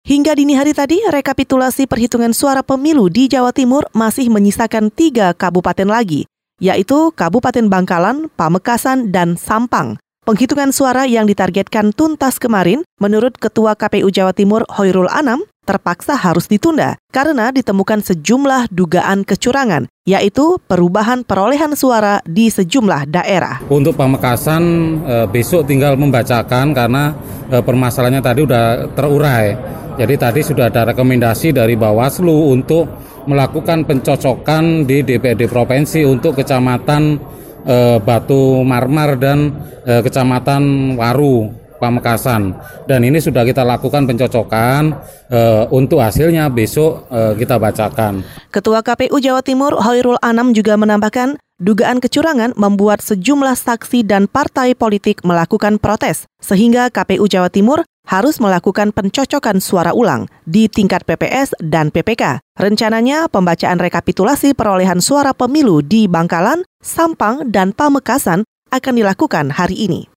Hingga dini hari tadi, rekapitulasi perhitungan suara pemilu di Jawa Timur masih menyisakan 3 kabupaten lagi, yaitu Kabupaten Bangkalan, Pamekasan, dan Sampang. Penghitungan suara yang ditargetkan tuntas kemarin, menurut Ketua KPU Jawa Timur Hoirul Anam, terpaksa harus ditunda karena ditemukan sejumlah dugaan kecurangan, yaitu perubahan perolehan suara di sejumlah daerah. Untuk Pamekasan besok tinggal membacakan karena permasalahannya tadi sudah terurai. Jadi tadi sudah ada rekomendasi dari Bawaslu untuk melakukan pencocokan di DPRD Provinsi untuk Kecamatan Batu Marmar dan Kecamatan Waru, Pamekasan. Dan ini sudah kita lakukan pencocokan, untuk hasilnya besok kita bacakan. Ketua KPU Jawa Timur Hoirul Anam juga menambahkan, dugaan kecurangan membuat sejumlah saksi dan partai politik melakukan protes, sehingga KPU Jawa Timur harus melakukan pencocokan suara ulang di tingkat PPS dan PPK. Rencananya pembacaan rekapitulasi perolehan suara pemilu di Bangkalan, Sampang, dan Pamekasan akan dilakukan hari ini.